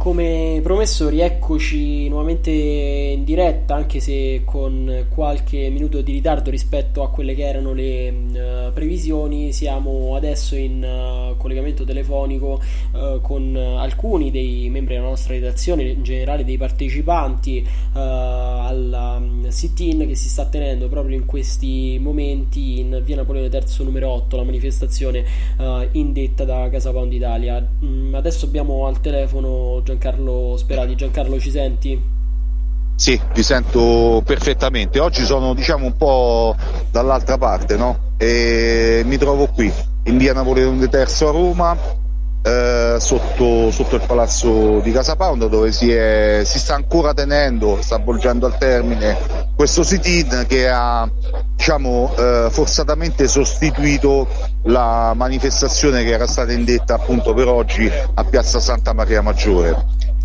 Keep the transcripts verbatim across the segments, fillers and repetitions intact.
come promesso, rieccoci nuovamente in diretta, anche se con qualche minuto di ritardo rispetto a quelle che erano le uh, previsioni. Siamo adesso in uh, collegamento telefonico uh, con alcuni dei membri della nostra redazione, in generale dei partecipanti uh, al um, sit-in che si sta tenendo proprio in questi momenti in via Napoleone terzo numero otto, la manifestazione uh, indetta da Casa Pound Italia. Mm, adesso abbiamo al telefono Giancarlo Sperati. Giancarlo, ci senti? Sì, ti sento perfettamente. Oggi sono, diciamo, un po' dall'altra parte, no? E mi trovo qui in via Napoleone terzo a Roma, eh, sotto, sotto il palazzo di Casa Pound, dove si, è, si sta ancora tenendo, sta avvolgendo al termine questo sit-in che ha, diciamo, eh, forzatamente sostituito la manifestazione che era stata indetta appunto per oggi a Piazza Santa Maria Maggiore.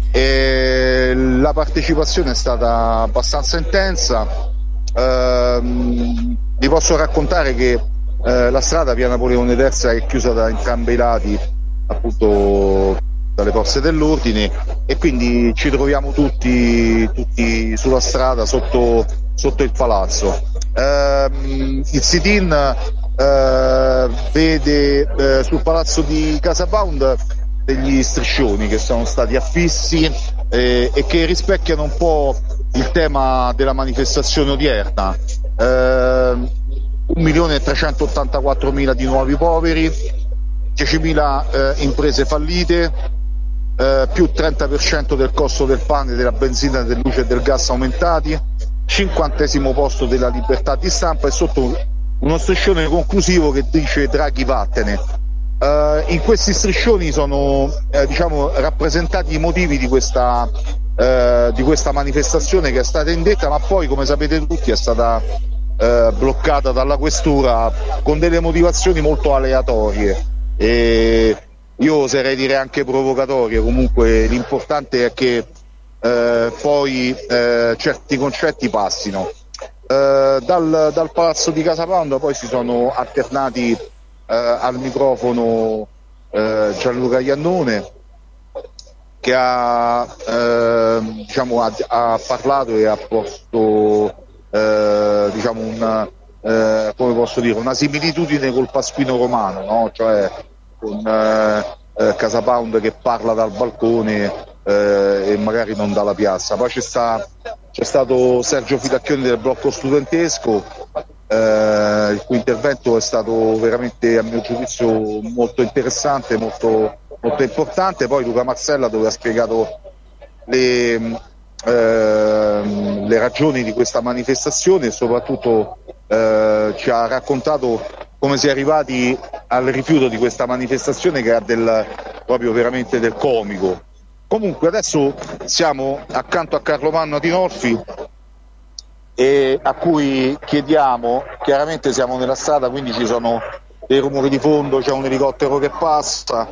E la partecipazione è stata abbastanza intensa. Ehm, vi posso raccontare che eh, la strada via Napoleone terzo è chiusa da entrambi i lati, appunto dalle forze dell'ordine, e quindi ci troviamo tutti, tutti sulla strada sotto, sotto il palazzo. Ehm, il sit-in eh, vede eh, sul palazzo di Casa Pound degli striscioni che sono stati affissi eh, e che rispecchiano un po' il tema della manifestazione odierna. Eh, un milione e trecentottantaquattromila di nuovi poveri, diecimila eh, imprese fallite, eh, più trenta per cento del costo del pane, della benzina, della luce e del gas aumentati, cinquantesimo posto della libertà di stampa, e sotto uno striscione conclusivo che dice Draghi vattene. Uh, in questi striscioni sono eh, diciamo rappresentati i motivi di questa, uh, di questa manifestazione che è stata indetta, ma poi, come sapete tutti, è stata uh, bloccata dalla questura con delle motivazioni molto aleatorie e io oserei dire anche provocatorie. Comunque l'importante è che uh, poi uh, certi concetti passino. Uh, dal, dal palazzo di Casa Pound poi si sono alternati Uh, al microfono uh, Gianluca Iannone, che ha, uh, diciamo, ha, ha parlato e ha posto uh, diciamo una, uh, come posso dire, una similitudine col Pasquino romano, no? Cioè con uh, uh, Casa Pound che parla dal balcone uh, e magari non dalla piazza. Poi c'è, sta, c'è stato Sergio Fitacchioni del blocco studentesco, Eh, il cui intervento è stato veramente, a mio giudizio, molto interessante, molto, molto importante. Poi Luca Marsella, dove ha spiegato le, eh, le ragioni di questa manifestazione e soprattutto eh, ci ha raccontato come si è arrivati al rifiuto di questa manifestazione, che ha del, proprio veramente del comico. Comunque adesso siamo accanto a Carlo Manno Adinolfi, e a cui chiediamo, chiaramente siamo nella strada, quindi ci sono dei rumori di fondo, c'è un elicottero che passa.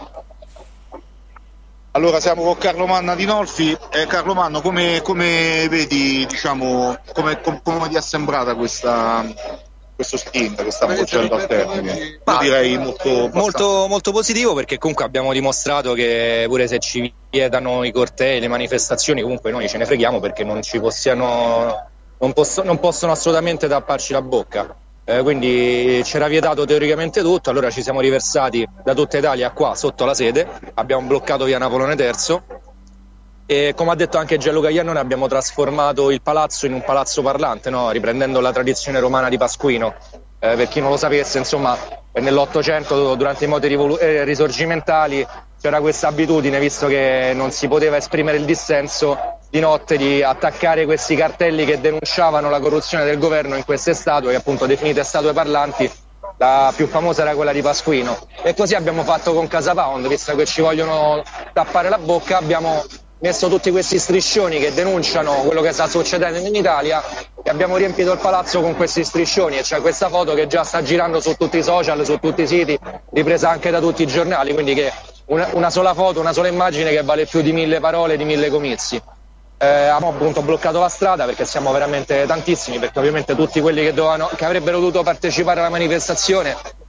Allora siamo con Carlo Manno Adinolfi. Eh, Carlo Manno, come, come vedi, diciamo, come, com, come ti è sembrata questa, questo stint che sta avvolgendo al termine? Io direi molto, molto, molto positivo, perché comunque abbiamo dimostrato che pure se ci vietano i cortei, le manifestazioni, comunque noi ce ne freghiamo, perché non ci possiamo... Non, posso, non possono assolutamente tapparci la bocca, eh, quindi c'era vietato teoricamente tutto. Allora ci siamo riversati da tutta Italia qua sotto la sede, abbiamo bloccato via Napoleone terzo e, come ha detto anche Gianluca Iannone, abbiamo trasformato il palazzo in un palazzo parlante, no? Riprendendo la tradizione romana di Pasquino. Eh, per chi non lo sapesse, insomma, nell'Ottocento, durante i moti rivolu- eh, risorgimentali, c'era questa abitudine, visto che non si poteva esprimere il dissenso, di notte di attaccare questi cartelli che denunciavano la corruzione del governo in queste statue, appunto definite statue parlanti. La più famosa era quella di Pasquino, e così abbiamo fatto con Casa Pound. Visto che ci vogliono tappare la bocca, abbiamo messo tutti questi striscioni che denunciano quello che sta succedendo in Italia, e abbiamo riempito il palazzo con questi striscioni. E c'è questa foto che già sta girando su tutti i social, su tutti i siti, ripresa anche da tutti i giornali, quindi che una, una sola foto, una sola immagine che vale più di mille parole, di mille comizi. Eh, abbiamo appunto bloccato la strada perché siamo veramente tantissimi, perché ovviamente tutti quelli che, dovevano, che avrebbero dovuto partecipare alla manifestazione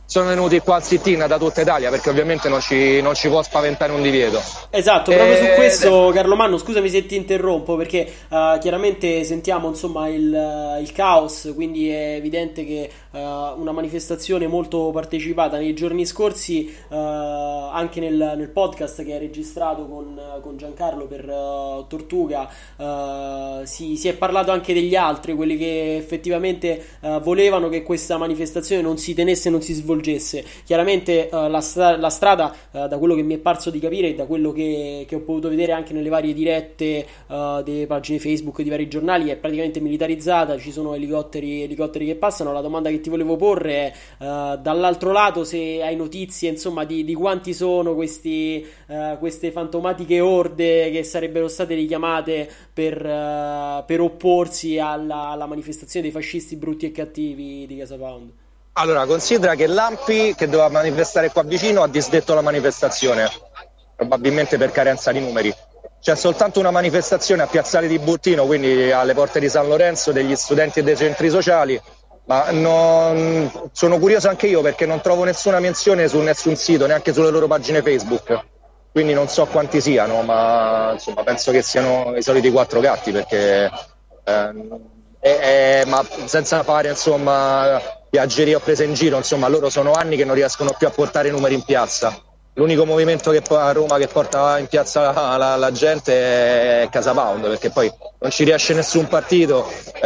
sono venuti qua al sit-in da tutta Italia, perché ovviamente non ci, non ci può spaventare un divieto. Esatto, proprio su questo, Carlo Manno, scusami se ti interrompo, perché uh, chiaramente sentiamo insomma il, il caos, quindi è evidente che uh, una manifestazione molto partecipata nei giorni scorsi, uh, anche nel, nel podcast che hai registrato con, con Giancarlo per uh, Tortuga, uh, si, si è parlato anche degli altri, quelli che effettivamente uh, volevano che questa manifestazione non si tenesse, non si svolgesse. Chiaramente uh, la, stra- la strada, uh, da quello che mi è parso di capire e da quello che, che ho potuto vedere anche nelle varie dirette uh, delle pagine Facebook di vari giornali, è praticamente militarizzata, ci sono elicotteri, elicotteri che passano. La domanda che ti volevo porre è uh, dall'altro lato se hai notizie insomma di, di quanti sono questi, uh, queste fantomatiche orde che sarebbero state richiamate per, uh, per opporsi alla, alla manifestazione dei fascisti brutti e cattivi di Casa Pound. Allora, considera che l'Ampi, che doveva manifestare qua vicino, ha disdetto la manifestazione, probabilmente per carenza di numeri. C'è soltanto una manifestazione a Piazzale di Burtino, quindi alle porte di San Lorenzo, degli studenti e dei centri sociali, ma non... sono curioso anche io perché non trovo nessuna menzione su nessun sito, neanche sulle loro pagine Facebook, quindi non so quanti siano, ma insomma penso che siano i soliti quattro gatti, perché eh, è, è, ma senza fare insomma piaggeria o presa in giro, insomma loro sono anni che non riescono più a portare i numeri in piazza. L'unico movimento che a Roma che porta in piazza la, la, la gente è Casa Pound, perché poi non ci riesce nessun partito, eh,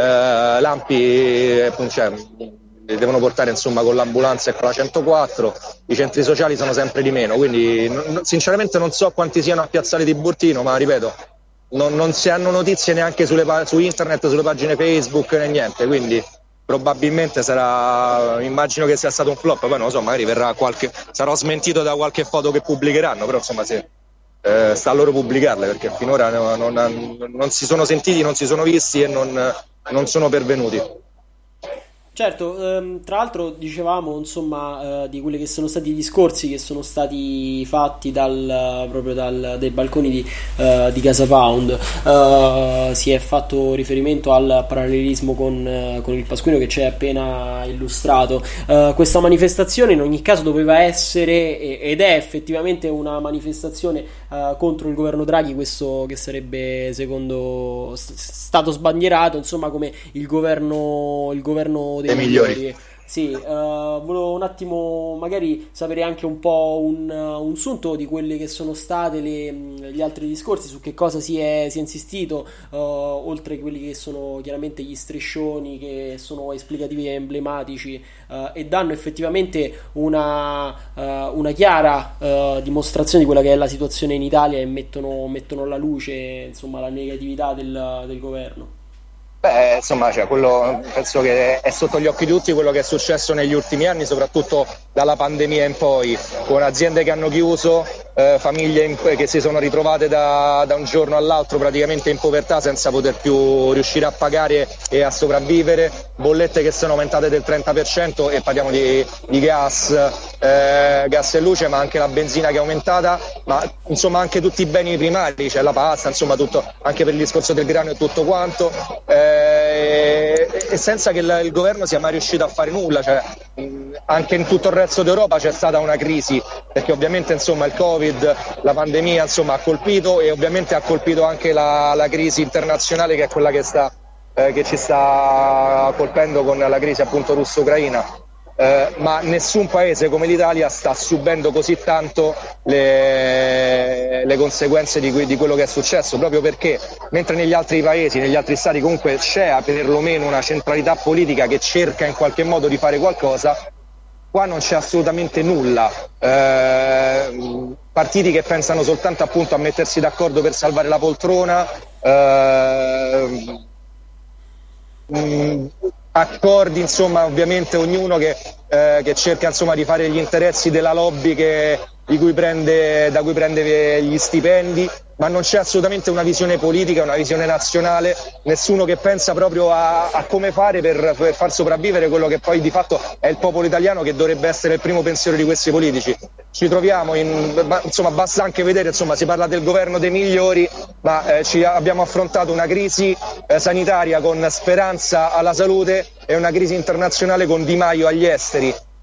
l'Ampi cioè, devono portare insomma con l'ambulanza e con la centoquattro, i centri sociali sono sempre di meno, quindi non, sinceramente non so quanti siano a Piazzale di Burtino, ma ripeto, non, non si hanno notizie neanche sulle, su internet, sulle pagine Facebook né niente, quindi probabilmente sarà, immagino che sia stato un flop, poi non lo so, magari verrà qualche, sarò smentito da qualche foto che pubblicheranno, però insomma se eh, sta a loro pubblicarle, perché finora non, non, non si sono sentiti, non si sono visti e non, non sono pervenuti. Certo, ehm, tra l'altro dicevamo insomma eh, di quelli che sono stati i discorsi che sono stati fatti dal, proprio dal, dai balconi di, eh, di Casa Pound. Eh, si è fatto riferimento al parallelismo con, eh, con il Pasquino che ci hai appena illustrato. Eh, questa manifestazione in ogni caso doveva essere ed è effettivamente una manifestazione eh, contro il governo Draghi, questo che sarebbe secondo st- stato sbandierato insomma come il governo, il governo dei migliori. migliori. Sì, uh, volevo un attimo magari sapere anche un po' un, un sunto di quelle che sono state le, gli altri discorsi, su che cosa si è, si è insistito, uh, oltre a quelli che sono chiaramente gli striscioni che sono esplicativi e emblematici uh, e danno effettivamente una, uh, una chiara uh, dimostrazione di quella che è la situazione in Italia e mettono, mettono alla luce insomma la negatività del, del governo. Beh, insomma, cioè, quello penso che è sotto gli occhi di tutti quello che è successo negli ultimi anni, soprattutto dalla pandemia in poi, con aziende che hanno chiuso, eh, famiglie in, che si sono ritrovate da, da un giorno all'altro praticamente in povertà senza poter più riuscire a pagare e a sopravvivere, bollette che sono aumentate del trenta per cento e parliamo di, di gas, eh, gas e luce, ma anche la benzina che è aumentata, ma insomma anche tutti i beni primari, cioè la pasta, insomma tutto, anche per il discorso del grano e tutto quanto. Eh, e senza che il, il governo sia mai riuscito a fare nulla, cioè, mh, anche in tutto il resto d'Europa c'è stata una crisi, perché ovviamente insomma il Covid, la pandemia insomma ha colpito e ovviamente ha colpito anche la, la crisi internazionale che è quella che, sta, eh, che ci sta colpendo con la crisi appunto russo-ucraina. Eh, ma nessun paese come l'Italia sta subendo così tanto le, le conseguenze di, di quello che è successo, proprio perché mentre negli altri paesi, negli altri stati comunque c'è perlomeno una centralità politica che cerca in qualche modo di fare qualcosa, qua non c'è assolutamente nulla. Eh, partiti che pensano soltanto appunto a mettersi d'accordo per salvare la poltrona, eh, mh, accordi insomma ovviamente ognuno che, eh, che cerca insomma di fare gli interessi della lobby che, di cui prende, da cui prende gli stipendi, ma non c'è assolutamente una visione politica, una visione nazionale, nessuno che pensa proprio a, a come fare per, per far sopravvivere quello che poi di fatto è il popolo italiano, che dovrebbe essere il primo pensiero di questi politici. Ci troviamo in, insomma basta anche vedere, insomma si parla del governo dei migliori, ma eh, ci abbiamo affrontato una crisi eh, sanitaria con Speranza alla salute e una crisi internazionale con Di Maio agli esteri.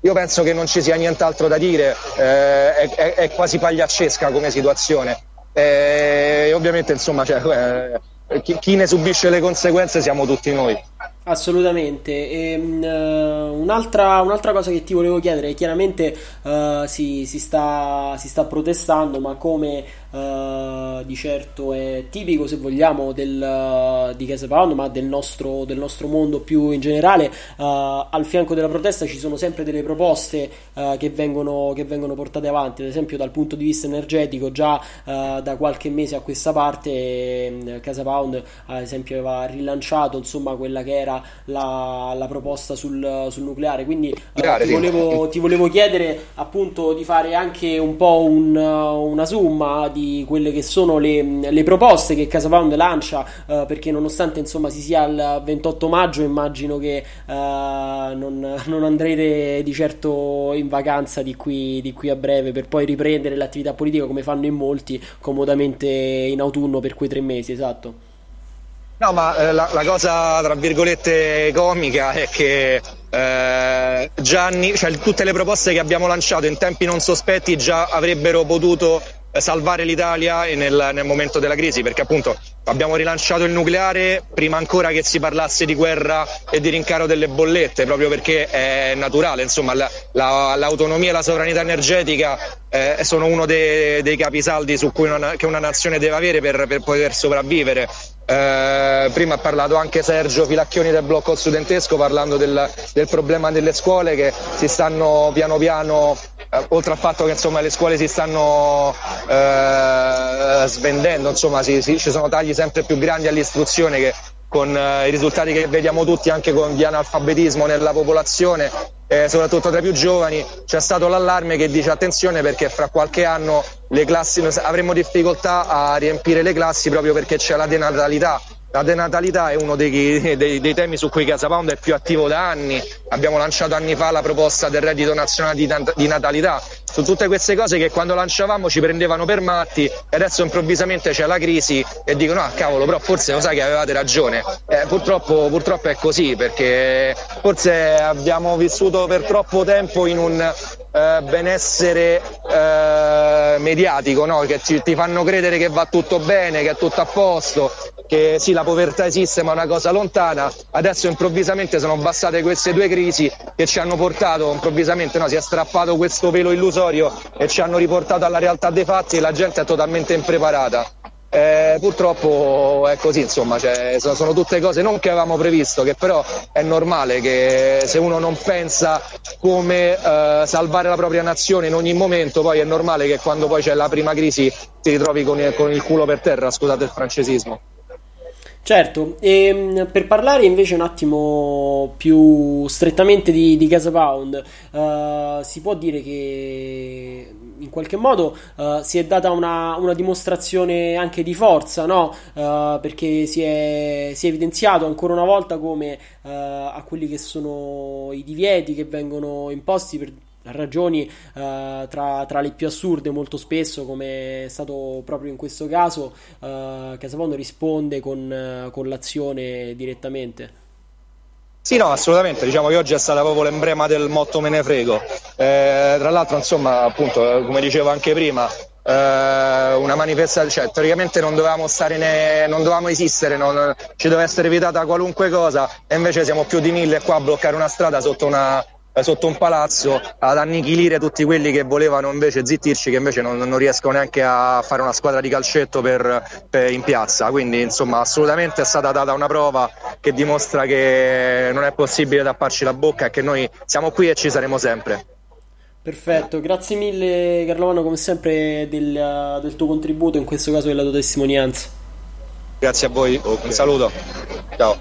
io penso che non ci sia nient'altro da dire, eh, è, è, è quasi pagliaccesca come situazione. E ovviamente insomma cioè, eh, chi, chi ne subisce le conseguenze siamo tutti noi. Assolutamente. E, uh, un'altra, un'altra cosa che ti volevo chiedere, chiaramente uh, si, si, sta, si sta protestando, ma come uh, di certo è tipico, se vogliamo, del, uh, di CasaPound, ma del nostro, del nostro mondo più in generale, uh, al fianco della protesta ci sono sempre delle proposte uh, che, vengono, che vengono portate avanti, ad esempio dal punto di vista energetico. Già uh, da qualche mese a questa parte eh, CasaPound ad esempio aveva rilanciato insomma quella che era La, la proposta sul, sul nucleare, quindi eh, ti, volevo, ti volevo chiedere appunto di fare anche un po' un, una somma di quelle che sono le, le proposte che CasaPound lancia, eh, perché nonostante insomma si sia al ventotto maggio, immagino che eh, non, non andrete di certo in vacanza di qui, di qui a breve, per poi riprendere l'attività politica come fanno in molti comodamente in autunno per quei tre mesi, esatto. No, ma eh, la, la cosa tra virgolette comica è che eh, Gianni, cioè tutte le proposte che abbiamo lanciato in tempi non sospetti già avrebbero potuto eh, salvare l'Italia nel, nel momento della crisi, perché appunto abbiamo rilanciato il nucleare prima ancora che si parlasse di guerra e di rincaro delle bollette, proprio perché è naturale, insomma la, la, l'autonomia e la sovranità energetica eh, sono uno dei, dei capisaldi su cui una, che una nazione deve avere per, per poter sopravvivere. Eh, prima ha parlato anche Sergio Filacchioni del blocco studentesco, parlando del, del problema delle scuole che si stanno piano piano, eh, oltre al fatto che insomma le scuole si stanno eh, svendendo, insomma si, si, ci sono tagli sempre più grandi all'istruzione che con eh, i risultati che vediamo tutti anche con gli analfabetismo nella popolazione, eh, soprattutto tra i più giovani. C'è stato l'allarme che dice attenzione perché fra qualche anno le classi avremo difficoltà a riempire le classi proprio perché c'è la denatalità. La denatalità è uno dei, dei, dei temi su cui CasaPound è più attivo da anni. Abbiamo lanciato anni fa la proposta del reddito nazionale di, di natalità. Su tutte queste cose che quando lanciavamo ci prendevano per matti e adesso improvvisamente c'è la crisi e dicono ah cavolo, però forse lo sai che avevate ragione. Eh, purtroppo, purtroppo è così, perché forse abbiamo vissuto per troppo tempo in un eh, benessere eh, mediatico, no? Che ci, ti fanno credere che va tutto bene, che è tutto a posto, che sì, la povertà esiste ma è una cosa lontana. Adesso improvvisamente sono bastate queste due crisi che ci hanno portato improvvisamente, no, si è strappato questo velo illusorio e ci hanno riportato alla realtà dei fatti e la gente è totalmente impreparata. Eh, purtroppo è così, insomma, cioè, sono, sono tutte cose non che avevamo previsto, che però è normale che se uno non pensa come eh, salvare la propria nazione in ogni momento, poi è normale che quando poi c'è la prima crisi ti ritrovi con il, con il culo per terra, scusate il francesismo. Certo, e per parlare invece un attimo più strettamente di, di CasaPound, uh, si può dire che in qualche modo uh, si è data una, una dimostrazione anche di forza, no? Uh, perché si è, si è evidenziato ancora una volta come uh, a quelli che sono i divieti che vengono imposti per ragioni uh, tra, tra le più assurde molto spesso, come è stato proprio in questo caso, uh, CasaPound risponde con, uh, con l'azione direttamente. Sì, no, assolutamente, diciamo che oggi è stata proprio l'emblema del motto me ne frego. Eh, tra l'altro, insomma, appunto, come dicevo anche prima, eh, una manifestazione, cioè teoricamente non dovevamo stare ne, non dovevamo esistere, non, ci doveva essere vietata qualunque cosa, e invece siamo più di mille qua a bloccare una strada sotto una sotto un palazzo ad annichilire tutti quelli che volevano invece zittirci, che invece non, non riescono neanche a fare una squadra di calcetto per, per in piazza. Quindi insomma assolutamente è stata data una prova che dimostra che non è possibile tapparci la bocca e che noi siamo qui e ci saremo sempre. Perfetto, grazie mille Carlo, come sempre del, del tuo contributo, in questo caso della tua testimonianza. Grazie a voi, un saluto, ciao.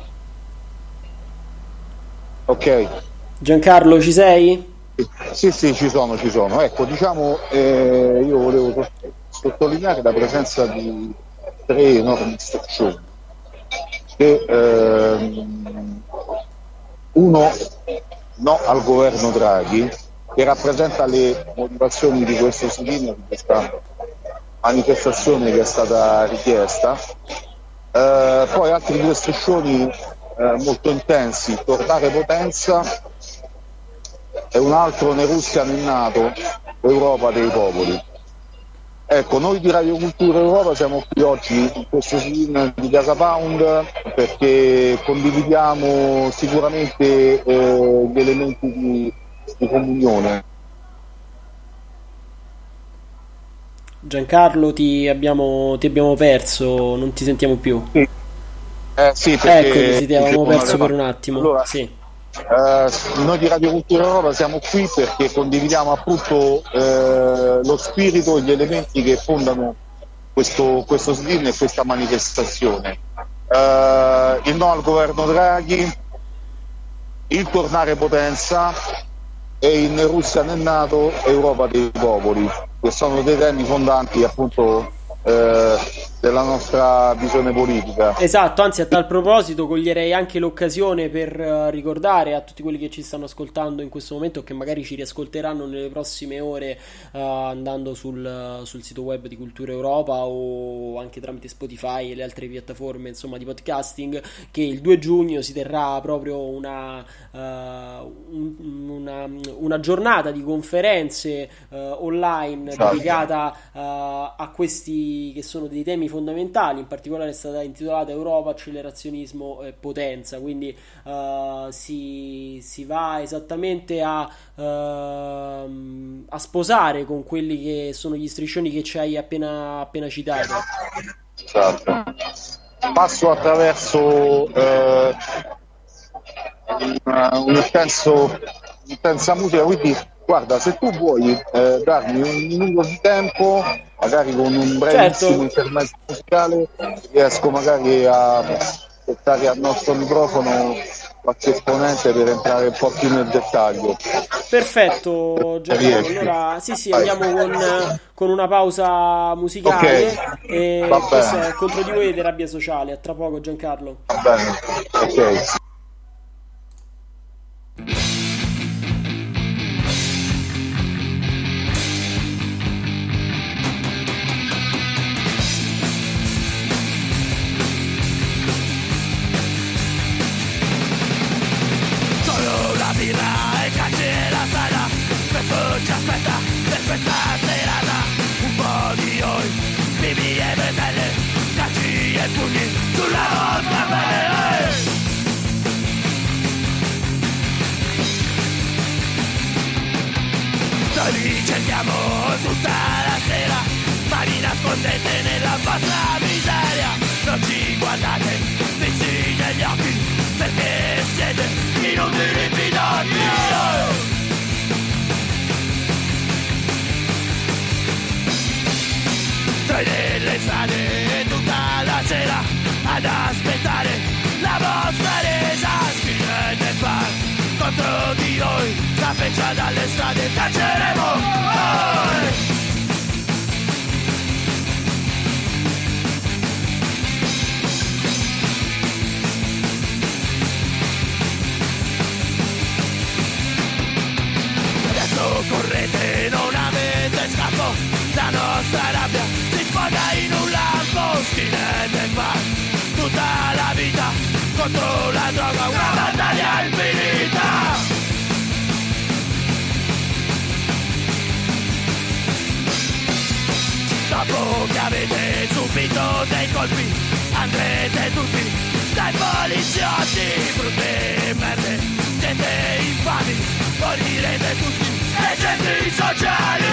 Ok. Giancarlo, ci sei? Sì, sì, ci sono, ci sono. Ecco, diciamo, eh, io volevo sottolineare la presenza di tre enormi striscioni. Che, ehm, uno, no al governo Draghi, che rappresenta le motivazioni di questo sit-in, di questa manifestazione che è stata richiesta. Eh, poi altri due striscioni eh, molto intensi: tornare potenza e un altro né Russia né NATO, Europa dei popoli. Ecco, noi di Radio Cultura Europa siamo qui oggi in questo stream di Casa Pound perché condividiamo sicuramente eh, gli elementi di, di comunione. Giancarlo, ti abbiamo, ti abbiamo perso, non ti sentiamo più. Sì, eh, sì perché Ecco, ti avevamo perso per un attimo. Allora, sì. Eh, noi di Radio Cultura Europa siamo qui perché condividiamo appunto eh, lo spirito e gli elementi che fondano questo, questo stream e questa manifestazione. Eh, il no al governo Draghi, il tornare potenza e il né Russia né NATO, Europa dei popoli, che sono dei temi fondanti appunto eh, della nostra visione politica. Esatto, anzi a tal proposito coglierei anche l'occasione per uh, ricordare a tutti quelli che ci stanno ascoltando in questo momento, che magari ci riascolteranno nelle prossime ore uh, andando sul, uh, sul sito web di Cultura Europa o anche tramite Spotify e le altre piattaforme insomma di podcasting, che il due giugno si terrà proprio una, uh, un, una, una giornata di conferenze uh, online Ciao. dedicata uh, a questi che sono dei temi fondamentali. In particolare è stata intitolata Europa, accelerazionismo e potenza, quindi uh, si, si va esattamente a, uh, a sposare con quelli che sono gli striscioni che ci hai appena, appena citato. Esatto. Passo attraverso eh, una, un intenso, intensa musica, quindi guarda, se tu vuoi eh, darmi un minuto di tempo, magari con un brevissimo certo. intermezzo musicale, riesco magari a portare al nostro microfono qualche esponente per entrare un po' più nel dettaglio. Perfetto, Giancarlo. Allora sì sì, andiamo con, con una pausa musicale. Okay. E Va questo bene. è Contro di voi di Rabbia Sociale. A tra poco, Giancarlo. Va bene, ok. Ci aspetta per questa serata un po' di oi, bibi e bretelle, calci e pugni sulla vostra pelle. Noi vi cerchiamo tutta la sera, ma vi nascondete nella vostra miseria. Non ci guardate fissi negli occhi, perché siete inutili bidoni. Noi nelle strade tutta la sera ad aspettare la vostra resa. Scrivete il bar contro di noi, la feccia dalle strade cacceremo noi. Adesso correte, non avete scampo, la nostra rabbia si sfoga in un lampo. Skinhead e bar, tutta la vita contro la droga, una battaglia infinita. Dopo che avete subito dei colpi, andrete tutti dai poliziotti. Brutte merde, gente infami, morirete tutti agenti sociali.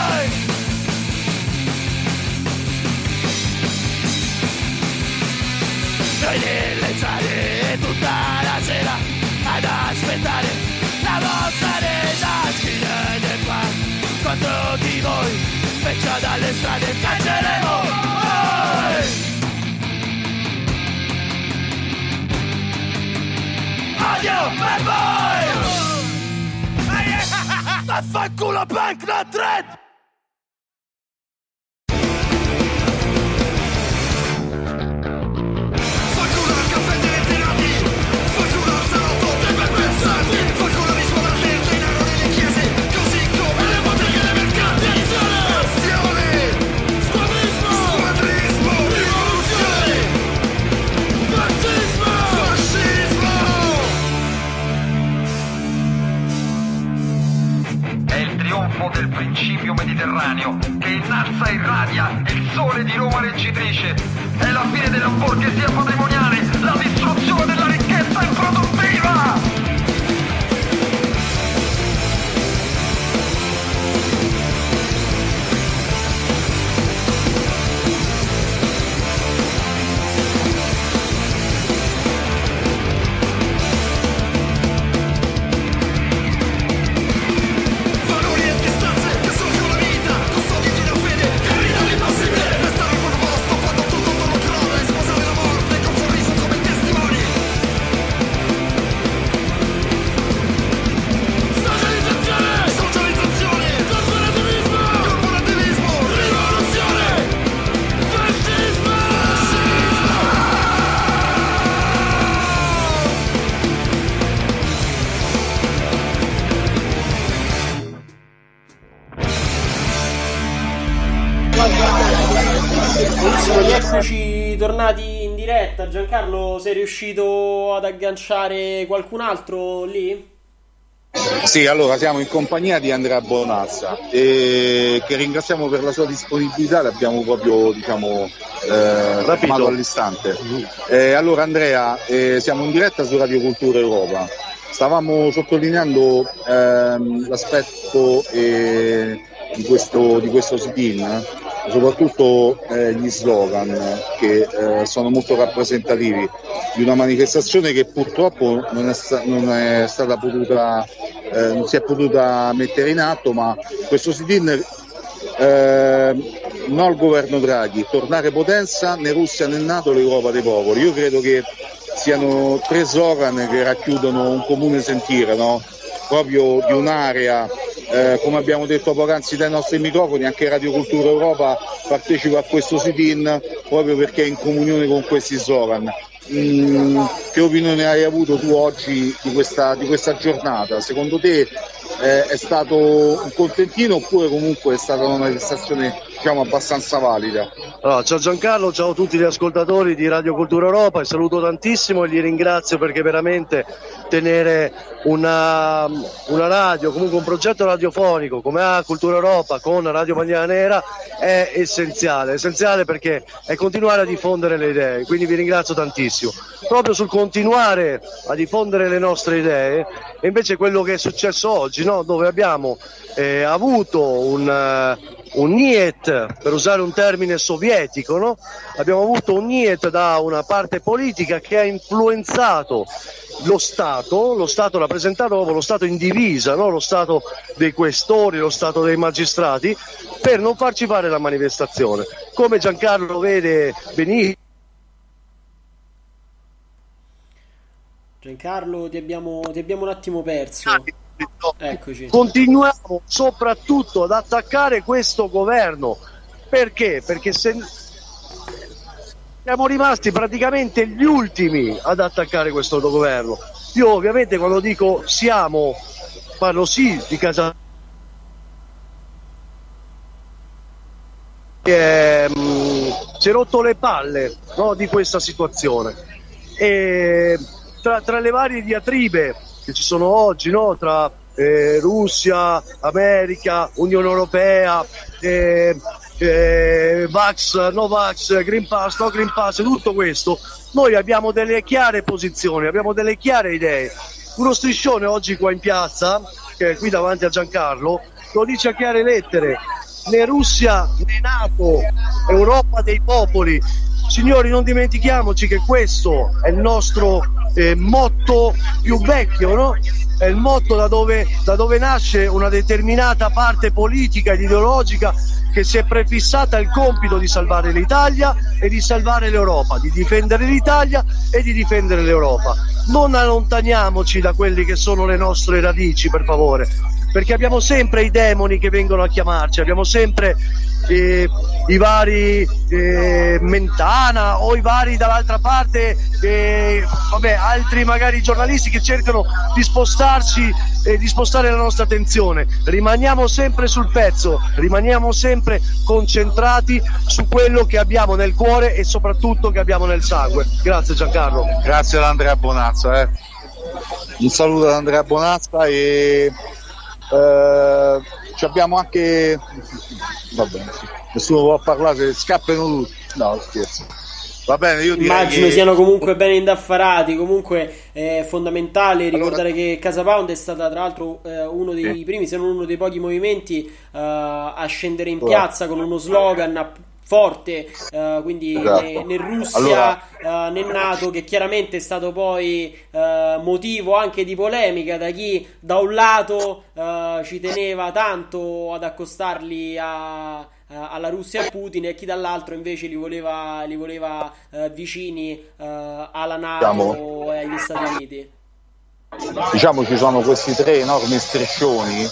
Noi nelle strade tutta la sera ad aspettare la vostra resa. Scrivete qua contro di voi, feccia dalle strade cacceremo noi. Odio per voi. Vaffanculo punk not dread. Italia è il sole di Roma vincitrice. È la fine della borghesia patrimoniale, la distruzione della ricchezza improduttiva. Eccoci tornati in diretta. Giancarlo, sei riuscito ad agganciare qualcun altro lì? Sì, allora siamo in compagnia di Andrea Bonazza, e che ringraziamo per la sua disponibilità, l'abbiamo proprio diciamo eh, chiamato all'istante. Eh, allora Andrea, eh, siamo in diretta su Radio Cultura Europa. Stavamo sottolineando ehm, l'aspetto eh, di questo, di questo sit-in, soprattutto eh, gli slogan che eh, sono molto rappresentativi di una manifestazione che purtroppo non è, sta- non è stata potuta eh, non si è potuta mettere in atto, ma questo sit-in eh, no al governo Draghi, tornare potenza, né Russia né NATO, l'Europa dei popoli. Io credo che siano tre slogan che racchiudono un comune sentire, no? Proprio di un'area. Eh, come abbiamo detto poc'anzi dai nostri microfoni, anche Radio Cultura Europa partecipa a questo sit-in proprio perché è in comunione con questi slogan. Mm, che opinione hai avuto tu oggi di questa, di questa giornata? Secondo te eh, è stato un contentino oppure comunque è stata una manifestazione diciamo abbastanza valida? Allora, ciao Giancarlo, ciao a tutti gli ascoltatori di Radio Cultura Europa, e saluto tantissimo e li ringrazio perché veramente tenere una, una radio, comunque un progetto radiofonico come ha Cultura Europa con Radio Bandiera Nera è essenziale, essenziale perché è continuare a diffondere le idee, quindi vi ringrazio tantissimo. Proprio sul continuare a diffondere le nostre idee, e invece quello che è successo oggi, no? Dove abbiamo eh, avuto un, uh, un niet, per usare un termine sovietico, no? Abbiamo avuto un niet da una parte politica che ha influenzato lo Stato, lo Stato rappresentato proprio lo Stato in divisa, no? Lo Stato dei questori, lo Stato dei magistrati, per non farci fare la manifestazione. Come Giancarlo vede benissimo. Giancarlo, ti abbiamo, ti abbiamo un attimo perso. Eccoci. Continuiamo soprattutto ad attaccare questo governo. Perché? Perché se siamo rimasti praticamente gli ultimi ad attaccare questo governo. Io ovviamente quando dico siamo, parlo sì di casa che mh, si è rotto le palle, no, di questa situazione. E tra, tra le varie diatribe che ci sono oggi, no, tra eh, Russia, America, Unione Europea, eh, eh, Vax, no Vax, Green Pass, no Green Pass, tutto questo, noi abbiamo delle chiare posizioni, abbiamo delle chiare idee. Uno striscione oggi qua in piazza, che è qui davanti a Giancarlo, lo dice a chiare lettere: né Russia né NATO, Europa dei popoli. Signori, non dimentichiamoci che questo è il nostro eh, motto più vecchio, no? È il motto da dove, da dove nasce una determinata parte politica ed ideologica che si è prefissata il compito di salvare l'Italia e di salvare l'Europa, di difendere l'Italia e di difendere l'Europa. Non allontaniamoci da quelli che sono le nostre radici, per favore, perché abbiamo sempre i demoni che vengono a chiamarci, abbiamo sempre eh, i vari eh, Mentana o i vari dall'altra parte, eh, vabbè, altri magari giornalisti che cercano di spostarci e di spostare la nostra attenzione. Rimaniamo sempre sul pezzo, rimaniamo sempre concentrati su quello che abbiamo nel cuore e soprattutto che abbiamo nel sangue. Grazie Giancarlo. Grazie ad Andrea Bonazza. Eh. Un saluto ad Andrea Bonazza e... Uh, ci abbiamo anche va bene, sì. nessuno può parlare, scappano tutti. No, scherzo. Va bene, io direi immagino che... siano comunque ben indaffarati. Comunque è fondamentale ricordare allora... che Casa Pound è stata tra l'altro eh, uno dei sì. primi, se non uno dei pochi movimenti uh, a scendere in piazza con uno slogan forte, uh, quindi esatto. né, né Russia allora... uh, né NATO, che chiaramente è stato poi uh, motivo anche di polemica da chi da un lato uh, ci teneva tanto ad accostarli a alla Russia e a Putin, e chi dall'altro invece li voleva, li voleva uh, vicini uh, alla NATO diciamo, e agli Stati Uniti. Diciamo ci sono questi tre enormi striscioni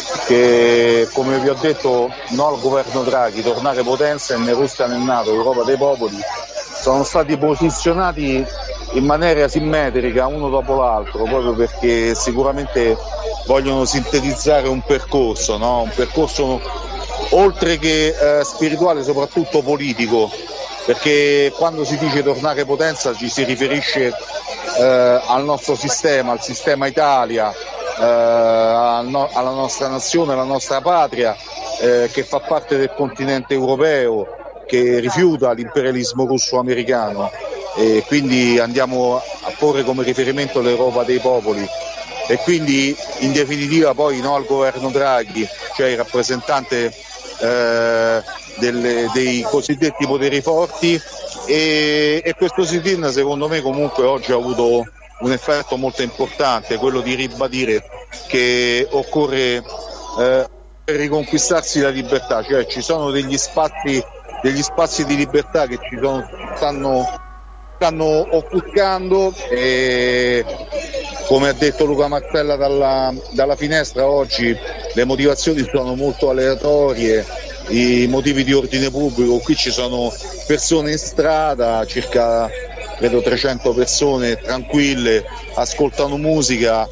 che, come vi ho detto, no al governo Draghi, tornare potenza, né Russia né NATO, Europa dei popoli, sono stati posizionati in maniera simmetrica uno dopo l'altro, proprio perché sicuramente vogliono sintetizzare un percorso, no? Un percorso oltre che eh, spirituale, soprattutto politico, perché quando si dice tornare potenza ci si riferisce eh, al nostro sistema, al sistema Italia, eh, al no- alla nostra nazione, alla nostra patria, eh, che fa parte del continente europeo, che rifiuta l'imperialismo russo-americano, e quindi andiamo a porre come riferimento l'Europa dei popoli. E quindi in definitiva poi no al governo Draghi, cioè il rappresentante eh, delle, dei cosiddetti poteri forti, e, e questo sit-in secondo me comunque oggi ha avuto un effetto molto importante, quello di ribadire che occorre eh, riconquistarsi la libertà, cioè ci sono degli spazi, degli spazi di libertà che ci sono, stanno, stanno offuscando, e come ha detto Luca Martella dalla, dalla finestra, oggi le motivazioni sono molto aleatorie, i motivi di ordine pubblico, qui ci sono persone in strada, circa credo trecento persone tranquille, ascoltano musica,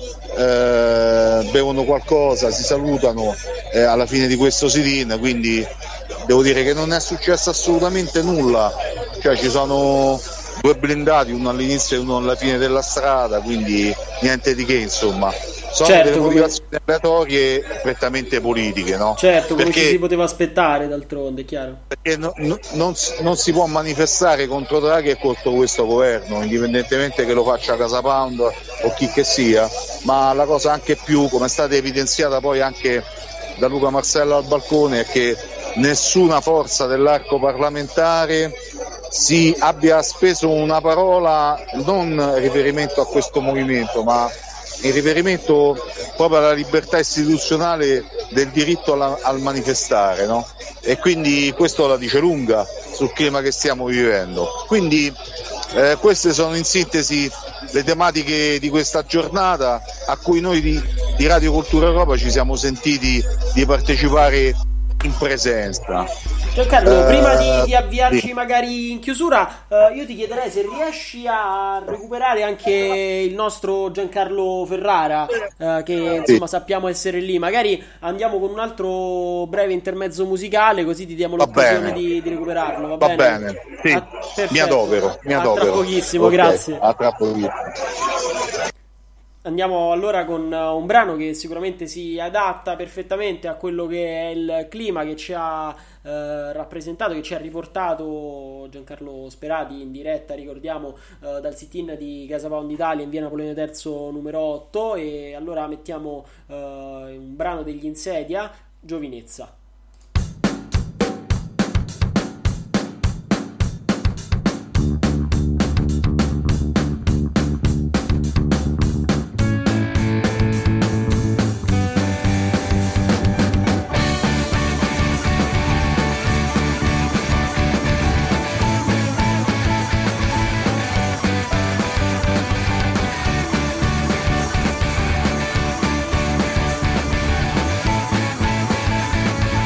eh, bevono qualcosa, si salutano eh, alla fine di questo sit-in, quindi devo dire che non è successo assolutamente nulla, cioè ci sono due blindati, uno all'inizio e uno alla fine della strada, quindi niente di che, insomma. Sono certo, delle motivazioni come... aleatorie prettamente politiche, no? Certo, come perché, ci si poteva aspettare d'altronde, è chiaro. Perché no, no, non, non si può manifestare contro Draghi e contro questo governo, indipendentemente che lo faccia Casa Pound o chi che sia, ma la cosa anche più, come è stata evidenziata poi anche da Luca Marcello al balcone, è che nessuna forza dell'arco parlamentare si abbia speso una parola non in riferimento a questo movimento, ma in riferimento proprio alla libertà istituzionale del diritto alla, al manifestare, no? E quindi questo la dice lunga sul clima che stiamo vivendo. Quindi eh, queste sono in sintesi le tematiche di questa giornata, a cui noi di, di Radio Cultura Europa ci siamo sentiti di partecipare in presenza. Giancarlo, eh, prima di, di avviarci sì. magari in chiusura, eh, io ti chiederei se riesci a recuperare anche il nostro Giancarlo Ferrara, eh, che insomma sì. sappiamo essere lì. Magari andiamo con un altro breve intermezzo musicale, così ti diamo va l'occasione bene. di, di recuperarlo. Va, va bene? bene, sì. A, mi adopero, mi adopero. A tra pochissimo, okay. grazie. A tra pochissimo. Andiamo allora con un brano che sicuramente si adatta perfettamente a quello che è il clima che ci ha eh, rappresentato, che ci ha riportato Giancarlo Sperati in diretta, ricordiamo, eh, dal sit-in di Casa Pound Italia in via Napoleone terzo numero otto. E allora mettiamo eh, un brano degli Insedia, Giovinezza. Giovinezza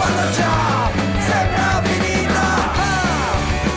quando già sembra finita. Ah!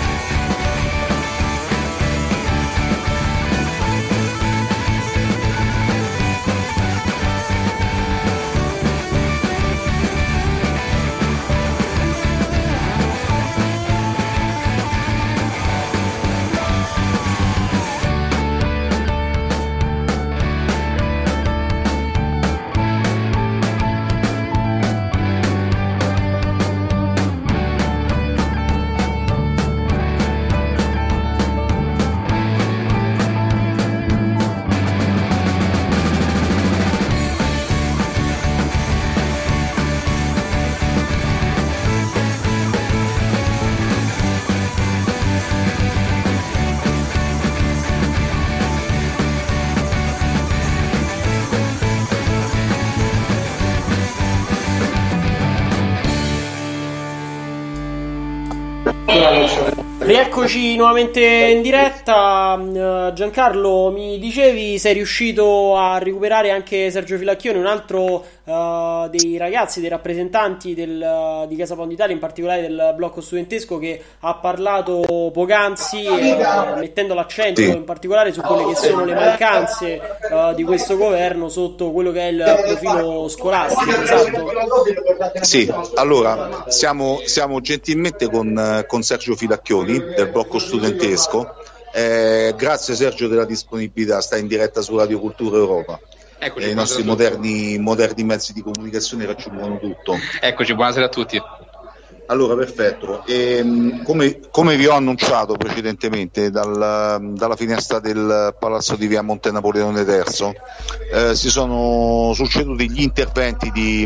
Rieccoci nuovamente in diretta. uh, Giancarlo, mi dicevi sei riuscito a recuperare anche Sergio Filacchioni, un altro uh, dei ragazzi, dei rappresentanti del, uh, di Casa Pound Italia, in particolare del blocco studentesco, che ha parlato poc'anzi, uh, mettendo l'accento sì. in particolare su quelle che sono le mancanze uh, di questo governo sotto quello che è il profilo scolastico. Esatto? Sì, allora siamo, siamo gentilmente con, con Sergio Filacchioni del blocco studentesco. Eh, grazie Sergio della disponibilità, sta in diretta su Radio Cultura Europa. Eccoci, eh, I nostri moderni, moderni mezzi di comunicazione raggiungono tutto. Eccoci, buonasera a tutti. Allora, perfetto. E, come, come vi ho annunciato precedentemente dal, dalla finestra del Palazzo di Via Monte Napoleone terzo, eh, si sono succeduti gli interventi di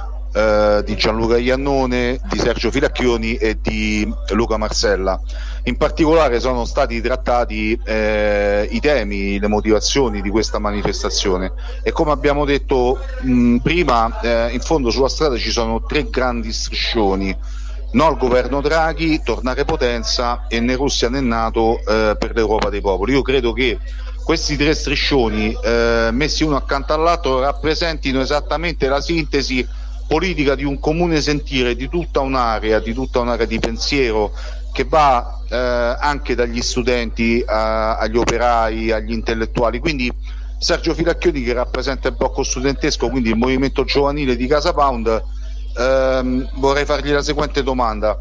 Uh, di Gianluca Iannone, di Sergio Filacchioni e di Luca Marsella. In particolare sono stati trattati eh, i temi, le motivazioni di questa manifestazione, e come abbiamo detto mh, prima, eh, in fondo sulla strada ci sono tre grandi striscioni: no al governo Draghi, tornare potenza e né Russia né NATO eh, per l'Europa dei popoli. Io credo che questi tre striscioni eh, messi uno accanto all'altro rappresentino esattamente la sintesi politica di un comune sentire di tutta un'area, di tutta un'area di pensiero che va eh, anche dagli studenti a, agli operai, agli intellettuali. Quindi Sergio Filacchioni, che rappresenta il blocco studentesco, quindi il movimento giovanile di Casa Pound, ehm, vorrei fargli la seguente domanda.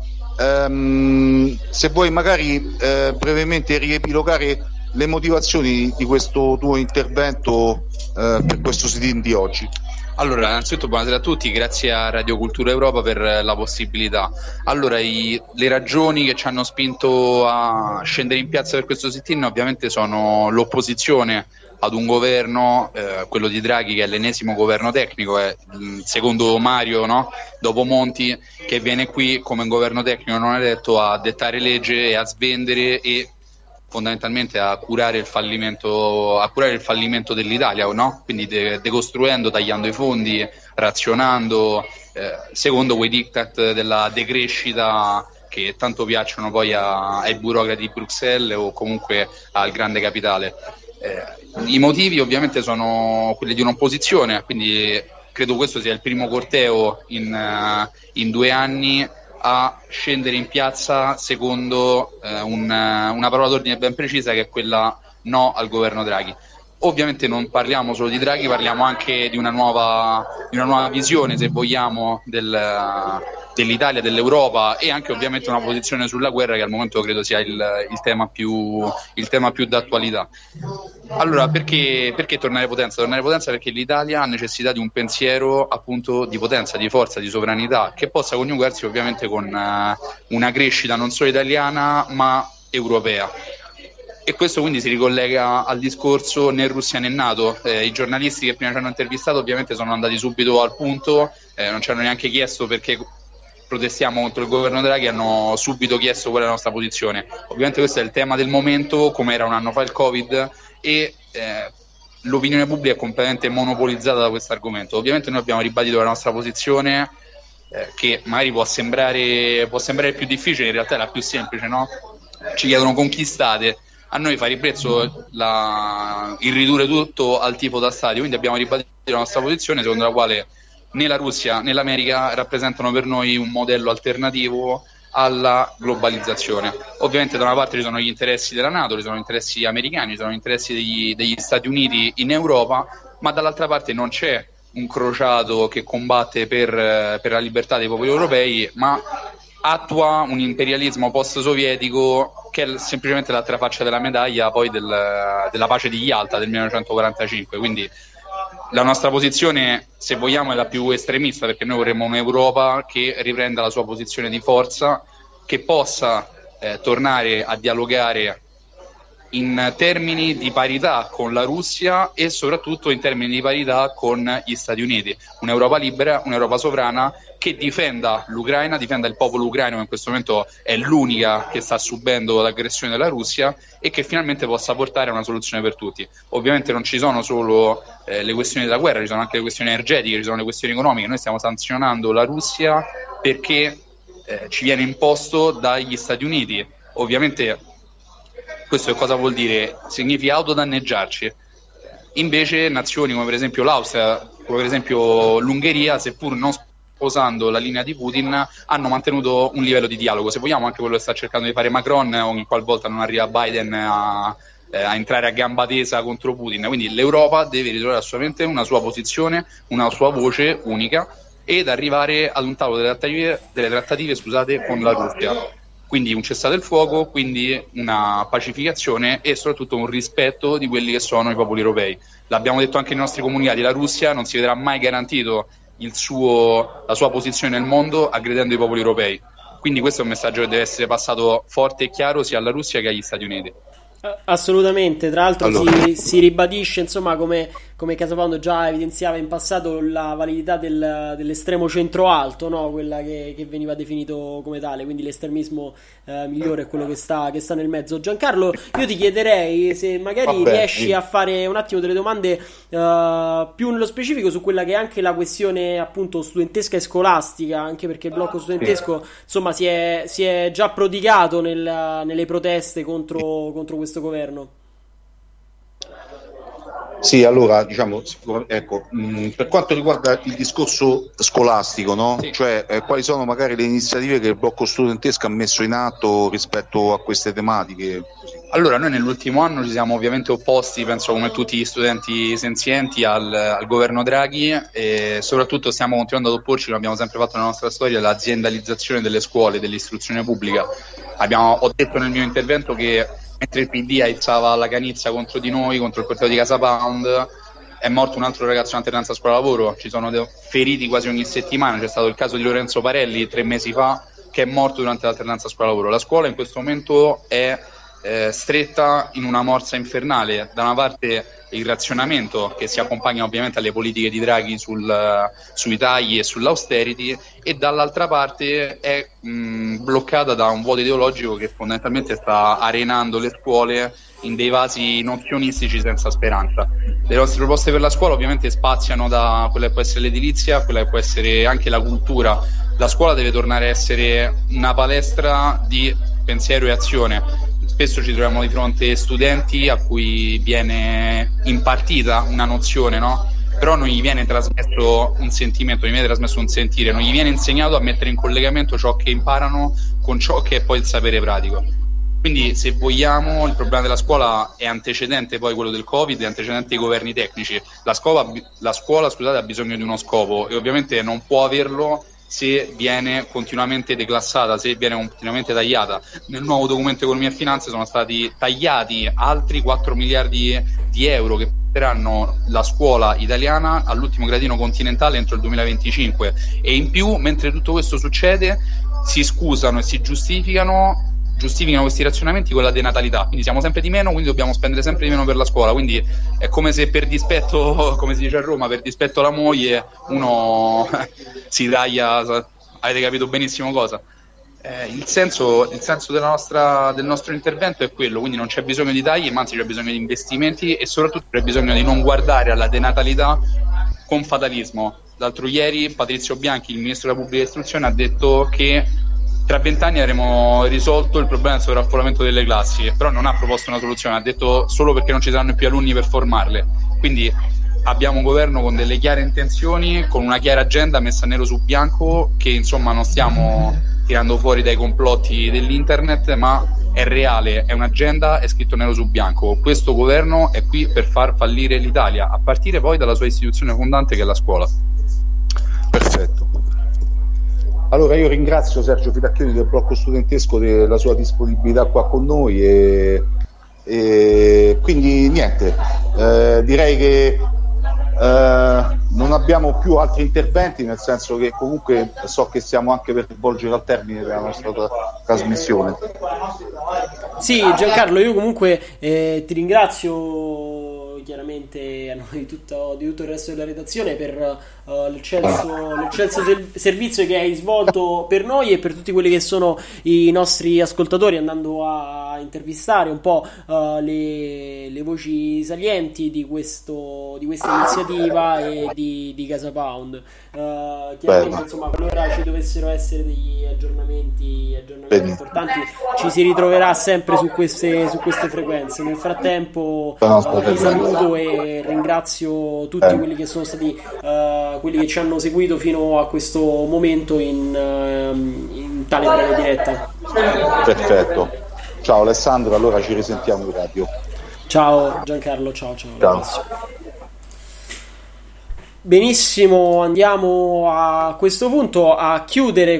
Ehm, se vuoi magari eh, brevemente riepilogare le motivazioni di questo tuo intervento eh, per questo sit-in di oggi. Allora, innanzitutto buonasera a tutti, grazie a Radio Cultura Europa per la possibilità. Allora, i, le ragioni che ci hanno spinto a scendere in piazza per questo sit-in ovviamente sono l'opposizione ad un governo, eh, quello di Draghi, che è l'ennesimo governo tecnico, è il secondo Mario, no? Dopo Monti, che viene qui come un governo tecnico non eletto a dettare legge e a svendere e fondamentalmente a curare il fallimento, a curare il fallimento dell'Italia, no? Quindi de- decostruendo, tagliando i fondi, razionando, eh, secondo quei diktat della decrescita che tanto piacciono poi a- ai burocrati di Bruxelles o comunque al grande capitale. Eh, I motivi ovviamente sono quelli di un'opposizione, quindi credo questo sia il primo corteo in, uh, in due anni a scendere in piazza secondo eh, un, una parola d'ordine ben precisa, che è quella no al governo Draghi. Ovviamente non parliamo solo di Draghi, parliamo anche di una nuova, di una nuova visione, se vogliamo, del, dell'Italia, dell'Europa, e anche ovviamente una posizione sulla guerra, che al momento credo sia il, il, tema, più, il tema più d'attualità. Allora, perché, perché tornare potenza? Tornare potenza perché l'Italia ha necessità di un pensiero appunto di potenza, di forza, di sovranità, che possa coniugarsi ovviamente con uh, una crescita non solo italiana ma europea. E questo quindi si ricollega al discorso né Russia né NATO. Eh, I giornalisti che prima ci hanno intervistato ovviamente sono andati subito al punto, eh, non ci hanno neanche chiesto perché protestiamo contro il governo Draghi, hanno subito chiesto qual è la nostra posizione. Ovviamente questo è il tema del momento, come era un anno fa il Covid, e eh, l'opinione pubblica è completamente monopolizzata da questo argomento. Ovviamente noi abbiamo ribadito la nostra posizione, eh, che magari può sembrare, può sembrare più difficile, in realtà è la più semplice, no? Ci chiedono conquistate. A noi fa ribrezzo la, il ridurre tutto al tifo da stadio, quindi abbiamo ribadito la nostra posizione, secondo la quale né la Russia né l'America rappresentano per noi un modello alternativo alla globalizzazione. Ovviamente da una parte ci sono gli interessi della NATO, ci sono gli interessi americani, ci sono gli interessi degli, degli Stati Uniti in Europa, ma dall'altra parte non c'è un crociato che combatte per, per la libertà dei popoli europei, ma attua un imperialismo post-sovietico che è semplicemente l'altra faccia della medaglia poi del, della pace di Yalta del millenovecentoquarantacinque. Quindi la nostra posizione, se vogliamo, è la più estremista, perché noi vorremmo un'Europa che riprenda la sua posizione di forza, che possa eh, tornare a dialogare in termini di parità con la Russia e soprattutto in termini di parità con gli Stati Uniti. Un'Europa libera, un'Europa sovrana che difenda l'Ucraina, difenda il popolo ucraino, che in questo momento è l'unica che sta subendo l'aggressione della Russia, e che finalmente possa portare a una soluzione per tutti. Ovviamente non ci sono solo eh, le questioni della guerra, ci sono anche le questioni energetiche, ci sono le questioni economiche. Noi stiamo sanzionando la Russia perché eh, ci viene imposto dagli Stati Uniti. Ovviamente questo che cosa vuol dire? Significa autodanneggiarci. Invece nazioni come per esempio l'Austria, come per esempio l'Ungheria, seppur non sposando la linea di Putin, hanno mantenuto un livello di dialogo. Se vogliamo anche quello che sta cercando di fare Macron, ogni qualvolta non arriva Biden a, eh, a entrare a gamba tesa contro Putin. Quindi l'Europa deve ritrovare assolutamente una sua posizione, una sua voce unica, ed arrivare ad un tavolo delle trattative, delle trattative scusate, con la Russia. Quindi un cessate il fuoco, quindi una pacificazione e soprattutto un rispetto di quelli che sono i popoli europei. L'abbiamo detto anche nei nostri comunicati, la Russia non si vedrà mai garantito il suo, la sua posizione nel mondo aggredendo i popoli europei. Quindi questo è un messaggio che deve essere passato forte e chiaro sia alla Russia che agli Stati Uniti. Assolutamente, tra l'altro allora. si, si ribadisce, insomma, come, come Casapondo già evidenziava in passato, la validità del, dell'estremo centro-alto, no? Quella che, che veniva definito come tale, quindi l'estremismo eh, migliore è quello che sta, che sta nel mezzo. Giancarlo, io ti chiederei se magari Vabbè, riesci sì. a fare un attimo delle domande eh, più nello specifico su quella che è anche la questione appunto studentesca e scolastica, anche perché il blocco studentesco insomma si è, si è già prodigato nel, nelle proteste contro, contro questo governo. Sì, allora diciamo, ecco, mh, per quanto riguarda il discorso scolastico, no? Sì. Cioè eh, quali sono magari le iniziative che il blocco studentesco ha messo in atto rispetto a queste tematiche? Allora, noi nell'ultimo anno ci siamo ovviamente opposti, penso come tutti gli studenti senzienti, al, al governo Draghi, e soprattutto stiamo continuando ad opporci, come abbiamo sempre fatto nella nostra storia, all'aziendalizzazione delle scuole, dell'istruzione pubblica. Abbiamo, ho detto nel mio intervento che mentre il P D aizzava la canizza contro di noi, contro il corteo di Casa Pound, è morto un altro ragazzo in alternanza scuola-lavoro, ci sono de- feriti quasi ogni settimana. C'è stato il caso di Lorenzo Parelli tre mesi fa, che è morto durante l'alternanza scuola-lavoro. La scuola in questo momento è eh, stretta in una morsa infernale. Da una parte il razionamento, che si accompagna ovviamente alle politiche di Draghi sul, sui tagli e sull'austerity, e dall'altra parte è mh, bloccata da un vuoto ideologico che fondamentalmente sta arenando le scuole in dei vasi nozionistici senza speranza. Le nostre proposte per la scuola ovviamente spaziano da quella che può essere l'edilizia, quella che può essere anche la cultura. La scuola deve tornare a essere una palestra di pensiero e azione. Spesso ci troviamo di fronte studenti a cui viene impartita una nozione, no? Però non gli viene trasmesso un sentimento, non gli viene trasmesso un sentire, non gli viene insegnato a mettere in collegamento ciò che imparano con ciò che è poi il sapere pratico. Quindi, se vogliamo, il problema della scuola è antecedente poi quello del Covid, è antecedente ai governi tecnici. La scuola, la scuola scusate, ha bisogno di uno scopo e ovviamente non può averlo se viene continuamente declassata, se viene continuamente tagliata. Nel nuovo documento economia e finanze sono stati tagliati altri quattro miliardi di euro che porteranno la scuola italiana all'ultimo gradino continentale entro il duemilaventicinque, e in più, mentre tutto questo succede, si scusano e si giustificano giustificano questi razionamenti con la denatalità, quindi siamo sempre di meno, quindi dobbiamo spendere sempre di meno per la scuola. Quindi è come se per dispetto, come si dice a Roma, per dispetto alla moglie uno si taglia, avete capito benissimo cosa. Eh, il senso, il senso della nostra, del nostro intervento è quello, quindi non c'è bisogno di tagli, ma anzi c'è bisogno di investimenti e soprattutto c'è bisogno di non guardare alla denatalità con fatalismo. L'altro ieri Patrizio Bianchi, il ministro della pubblica istruzione, ha detto che tra vent'anni avremo risolto il problema del sovraffollamento delle classi, però non ha proposto una soluzione, ha detto solo perché non ci saranno più alunni per formarle. Quindi abbiamo un governo con delle chiare intenzioni, con una chiara agenda messa nero su bianco, che insomma non stiamo tirando fuori dai complotti dell'internet, ma è reale, è un'agenda, è scritto nero su bianco. Questo governo è qui per far fallire l'Italia, a partire poi dalla sua istituzione fondante, che è la scuola. Perfetto. Allora io ringrazio Sergio Filacchioni del blocco studentesco della sua disponibilità qua con noi e, e quindi niente, eh, direi che eh, non abbiamo più altri interventi, nel senso che comunque so che stiamo anche per volgere al termine della nostra tra- trasmissione. Sì, Giancarlo, io comunque eh, ti ringrazio chiaramente a nome di tutto, di tutto il resto della redazione per uh, l'eccelso, l'eccelso ser- servizio che hai svolto per noi e per tutti quelli che sono i nostri ascoltatori, andando a intervistare un po' uh, le, le voci salienti di, questo, di questa iniziativa e di, di Casa Pound. Uh, chiaramente, insomma, qualora ci dovessero essere degli aggiornamenti, aggiornamenti importanti, ci si ritroverà sempre su queste, su queste frequenze. Nel frattempo uh, ti saluto e ringrazio tutti eh. quelli che sono stati uh, quelli che ci hanno seguito fino a questo momento in, uh, in tale breve diretta. Perfetto, ciao Alessandro, allora ci risentiamo in radio. Ciao Giancarlo, ciao ciao, ciao. Benissimo, andiamo a questo punto a chiudere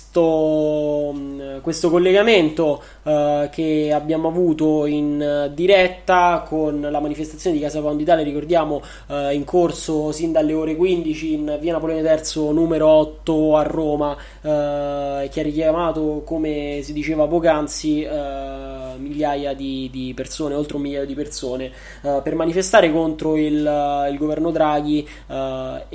questo, questo collegamento uh, che abbiamo avuto in diretta con la manifestazione di Casa Pound Italia, ricordiamo uh, in corso sin dalle ore quindici in via Napoleone terzo numero otto a Roma, uh, che ha richiamato, come si diceva poc'anzi, uh, migliaia di, di persone, oltre un migliaio di persone, uh, per manifestare contro il, uh, il governo Draghi uh,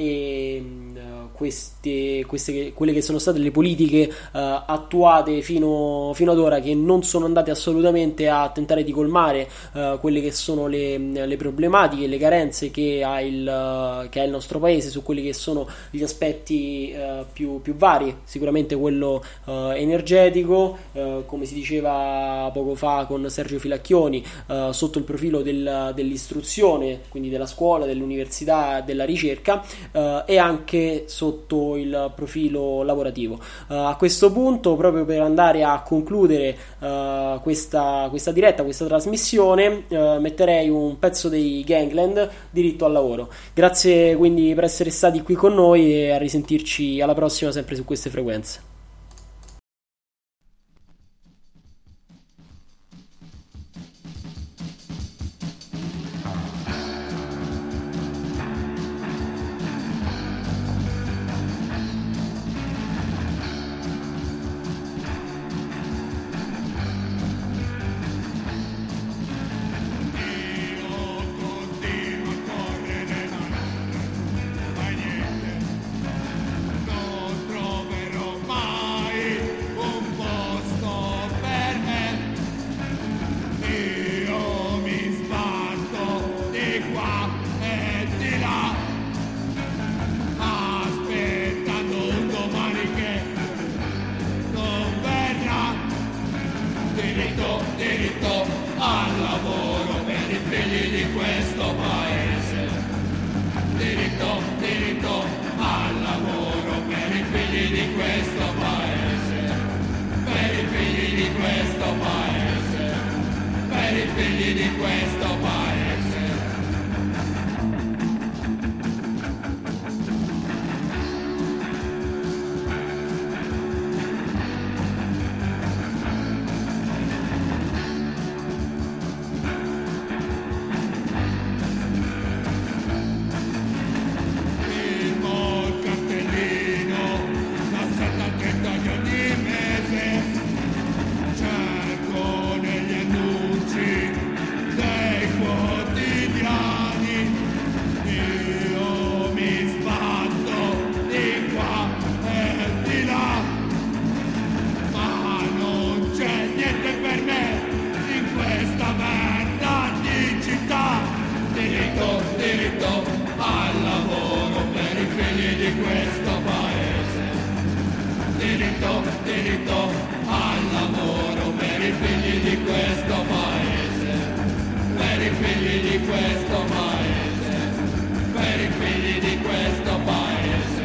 e uh, queste, queste quelle che sono state le politiche uh, attuate fino, fino ad ora, che non sono andate assolutamente a tentare di colmare uh, quelle che sono le, le problematiche, le carenze che ha, il, uh, che ha il nostro paese su quelli che sono gli aspetti uh, più, più vari, sicuramente quello uh, energetico, uh, come si diceva poco fa con Sergio Filacchioni, uh, sotto il profilo del, dell'istruzione, quindi della scuola, dell'università, della ricerca, Uh, e anche sotto il profilo lavorativo. Uh, a questo punto, proprio per andare a concludere uh, questa, questa diretta, questa trasmissione, uh, metterei un pezzo dei Gangland, Diritto al lavoro. Grazie quindi per essere stati qui con noi e a risentirci alla prossima, sempre su queste frequenze. Per i figli di questo paese, per i figli di questo paese.